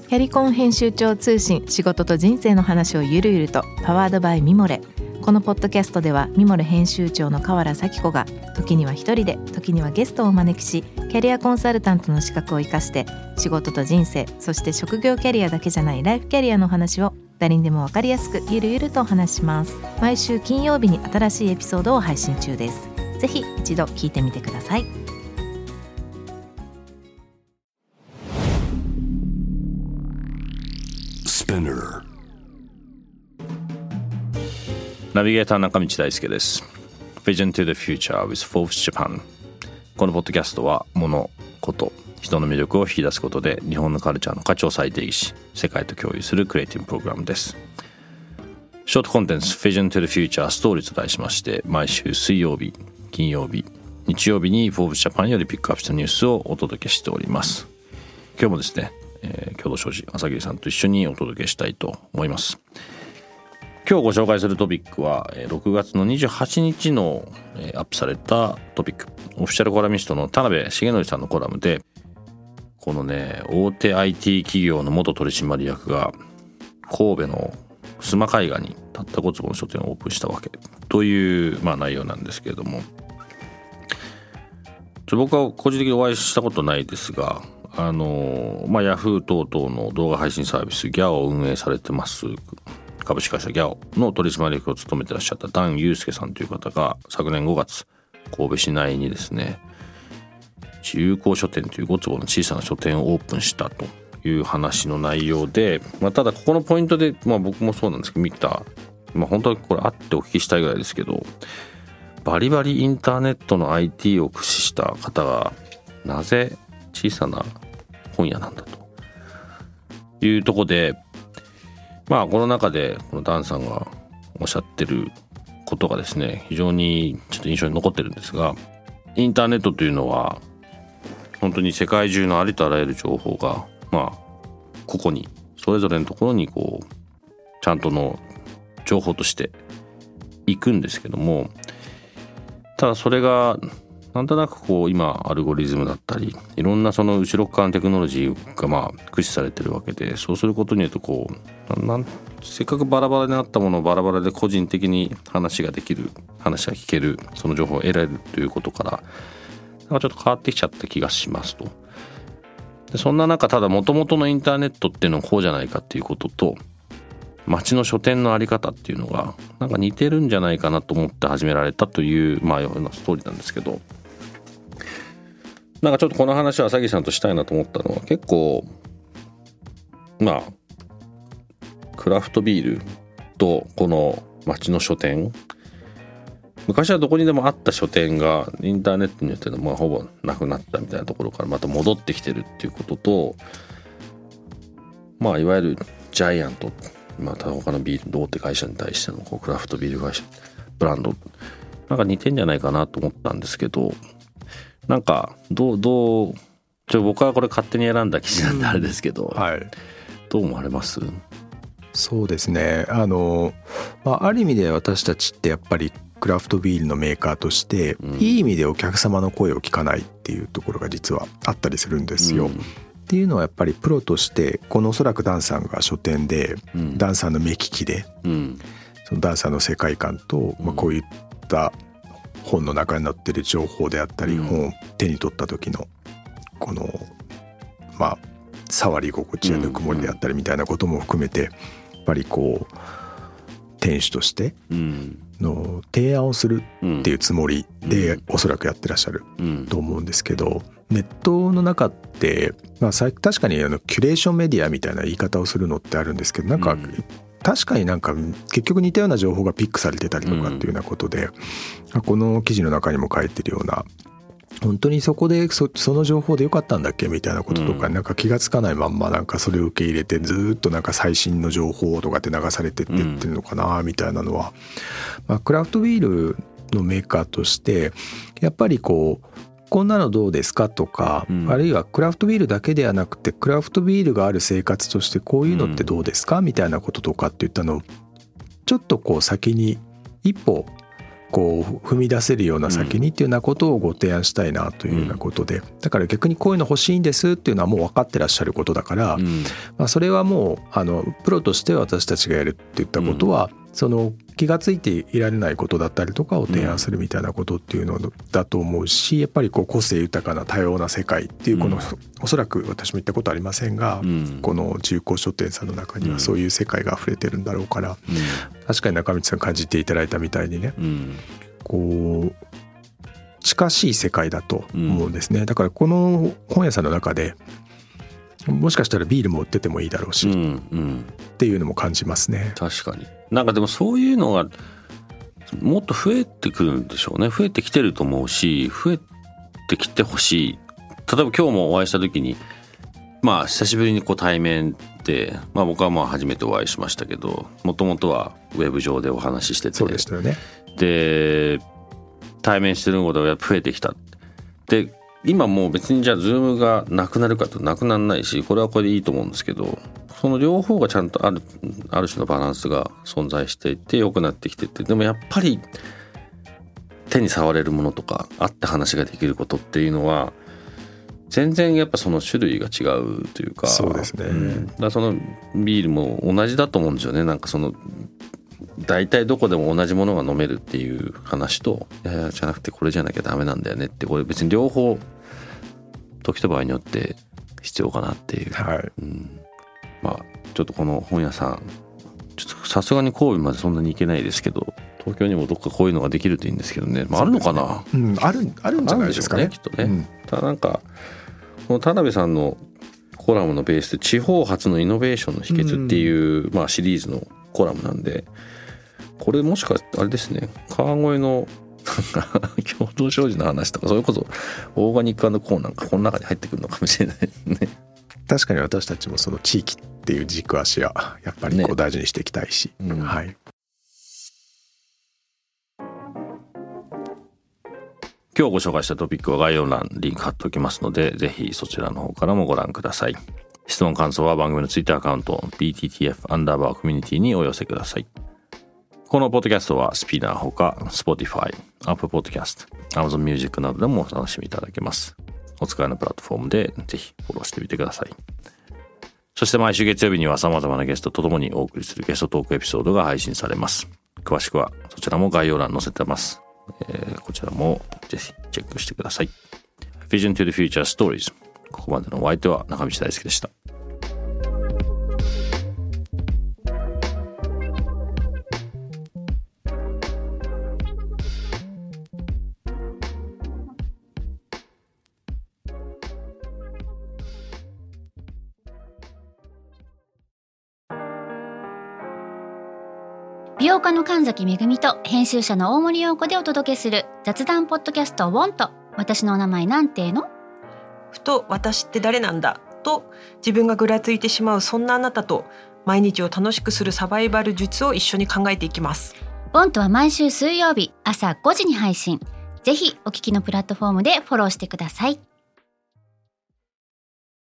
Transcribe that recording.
キャリコン編集長通信、仕事と人生の話をゆるゆると、パワードバイミモレ。このポッドキャストではミモレ編集長の河原咲子が時には一人で、時にはゲストをお招きし、キャリアコンサルタントの資格を生かして仕事と人生、そして職業キャリアだけじゃないライフキャリアの話を誰にでも分かりやすくゆるゆるとお話します。毎週金曜日に新しいエピソードを配信中です。ぜひ一度聞いてみてください。 ナビゲーター中道大輔です。 Vision to the Future with Forbes Japan。 このポッドキャストは物、こと、人の魅力を引き出すことで日本のカルチャーの価値を再定義し、世界と共有するクリエイティブプログラムです。ショートコンテンツ Vision to the Future ストーリーと題しまして、毎週水曜日、金曜日、日曜日に Forbes Japan よりピックアップしたニュースをお届けしております。今日もですね、共同商事朝霧さんと一緒にお届けしたいと思います。今日ご紹介するトピックは6月の28日のアップされたトピック。オフィシャルコラミストの田辺重則さんのコラムで、このね、大手 IT 企業の元取締役が神戸の須磨海岸にたった5坪の書店をオープンしたわけという、内容なんですけれども、僕は個人的にお会いしたことないですが、ヤフー等々の動画配信サービス GYAO を運営されてます株式会社 GYAO の取締役を務めてらっしゃった段祐介さんという方が、昨年5月神戸市内にですね、自由港書店という5坪の小さな書店をオープンしたという話の内容で、ただここのポイントで、僕もそうなんですけど見た、本当はこれあってお聞きしたいぐらいですけど、バリバリインターネットの IT を駆使した方がなぜ小さな本屋なんだというところで、この中でこのダンさんがおっしゃってることがですね、非常にちょっと印象に残ってるんですが、インターネットというのは本当に世界中のありとあらゆる情報がここにそれぞれのところにちゃんとの情報としていくんですけども、ただそれがなんとなく今アルゴリズムだったりいろんなその後ろ側のテクノロジーが駆使されてるわけで、そうすることによってせっかくバラバラになったものをバラバラで個人的に話ができる、話が聞ける、その情報を得られるということからちょっと変わってきちゃった気がしますと。でそんな中、ただ元々のインターネットっていうのはこうじゃないかっていうことと、町の書店のあり方っていうのが似てるんじゃないかなと思って始められたというようなストーリーなんですけど、ちょっとこの話を朝霧さんとしたいなと思ったのは、結構クラフトビールとこの町の書店、昔はどこにでもあった書店がインターネットによってほぼなくなったみたいなところからまた戻ってきてるっていうことと、いわゆるジャイアント、他のビール大手会社に対してのクラフトビール会社ブランド似てんじゃないかなと思ったんですけど、僕はこれ勝手に選んだ記事なんであれですけど、どう思われます？ そうですね、ある意味で私たちってやっぱりクラフトビールのメーカーとして、いい意味でお客様の声を聞かないっていうところが実はあったりするんですよ。っていうのはやっぱりプロとして、このおそらくダンさんが書店で、ダンさんの目利きで、そのダンさんの世界観と、こういった本の中に載ってる情報であったり、本を手に取った時のこの触り心地やぬくもりであったりみたいなことも含めて、やっぱり店主としての提案をするっていうつもりでおそらくやってらっしゃると思うんですけど、ネットの中って確かにキュレーションメディアみたいな言い方をするのってあるんですけど、確かに結局似たような情報がピックされてたりとかっていうようなことで、この記事の中にも書いてるような、本当にそこで その情報でよかったんだっけみたいなこととか、気がつかないまんまそれを受け入れて、ずっと最新の情報とかって流されてってってるのかなみたいなのは、クラフトビールのメーカーとしてやっぱりこんなのどうですかとか、あるいはクラフトビールだけではなくてクラフトビールがある生活としてこういうのってどうですかみたいなこととかっていったのをちょっと先に一歩こう踏み出せるような先にっていうようなことをご提案したいなというようなことで、だから逆にこういうの欲しいんですっていうのはもう分かってらっしゃることだから、それはもうプロとして私たちがやるっていったことは、その気がついていられないことだったりとかを提案するみたいなことっていうのだと思うし、やっぱりこう個性豊かな多様な世界っていうこの、おそらく私も言ったことありませんが、この中古書店さんの中にはそういう世界が溢れてるんだろうから、確かに中道さん感じていただいたみたいにね、こう近しい世界だと思うんですね。だからこの本屋さんの中でもしかしたらビールも売っててもいいだろうし、っていうのも感じますね。 確かに。なんかでもそういうのがもっと増えてくるんでしょうね。増えてきてると思うし、増えてきてほしい。例えば今日もお会いした時に、久しぶりにこう対面で、僕は初めてお会いしましたけど、もともとはウェブ上でお話ししてて、 そうでしたよね。 で対面してることが増えてきた。で今もう別にじゃあ Zoom がなくなるかとなくならないし、これはこれでいいと思うんですけど、その両方がちゃんとある種のバランスが存在していて良くなってきてて、でもやっぱり手に触れるものとか会って話ができることっていうのは全然やっぱその種類が違うというか。 そうですね、 だからそのビールも同じだと思うんですよね。なんかその大体どこでも同じものが飲めるっていう話と、いやじゃなくてこれじゃなきゃダメなんだよねって、これ別に両方時と場合によって必要かなっていう、ちょっとこの本屋さんちょっとさすがに神戸までそんなに行けないですけど、東京にもどっかこういうのができるといいんですけどね。あるのかな、 あるんじゃないですかね、 きっとね。ただなんかこの田辺さんのコラムのベースで地方発のイノベーションの秘訣っていう、シリーズのコラムなんで、これもしかあれですね、川越の共同商事の話とか、それこそオーガニック&コーンなんかこの中に入ってくるのかもしれないですね。 確かに私たちもその地域っていう軸足はやっぱりこう大事にしていきたいし、はい。 今日ご紹介したトピックは概要欄リンク貼っておきますので、ぜひそちらの方からもご覧ください。質問感想は番組のツイッターアカウント BTTF_コミュニティにお寄せください。このポッドキャストはスピナーほか Spotify、Apple Podcast、Amazon Music などでもお楽しみいただけます。お使いのプラットフォームでぜひフォローしてみてください。そして毎週月曜日には様々なゲストとともにお送りするゲストトークエピソードが配信されます。詳しくはそちらも概要欄に載せてます。こちらもぜひチェックしてください。Vision to the Future Stories。ここまでのお相手は中道大輔でした。 美容家の神崎めぐみと編集者の大森洋子でお届けする雑談ポッドキャストWANT。私のお名前なんての？ ふと私って誰なんだと自分がぐらついてしまう、そんなあなたと毎日を楽しくするサバイバル術を一緒に考えていきます。 WANTは毎週水曜日朝5時に配信。ぜひお聞きのプラットフォームでフォローしてください。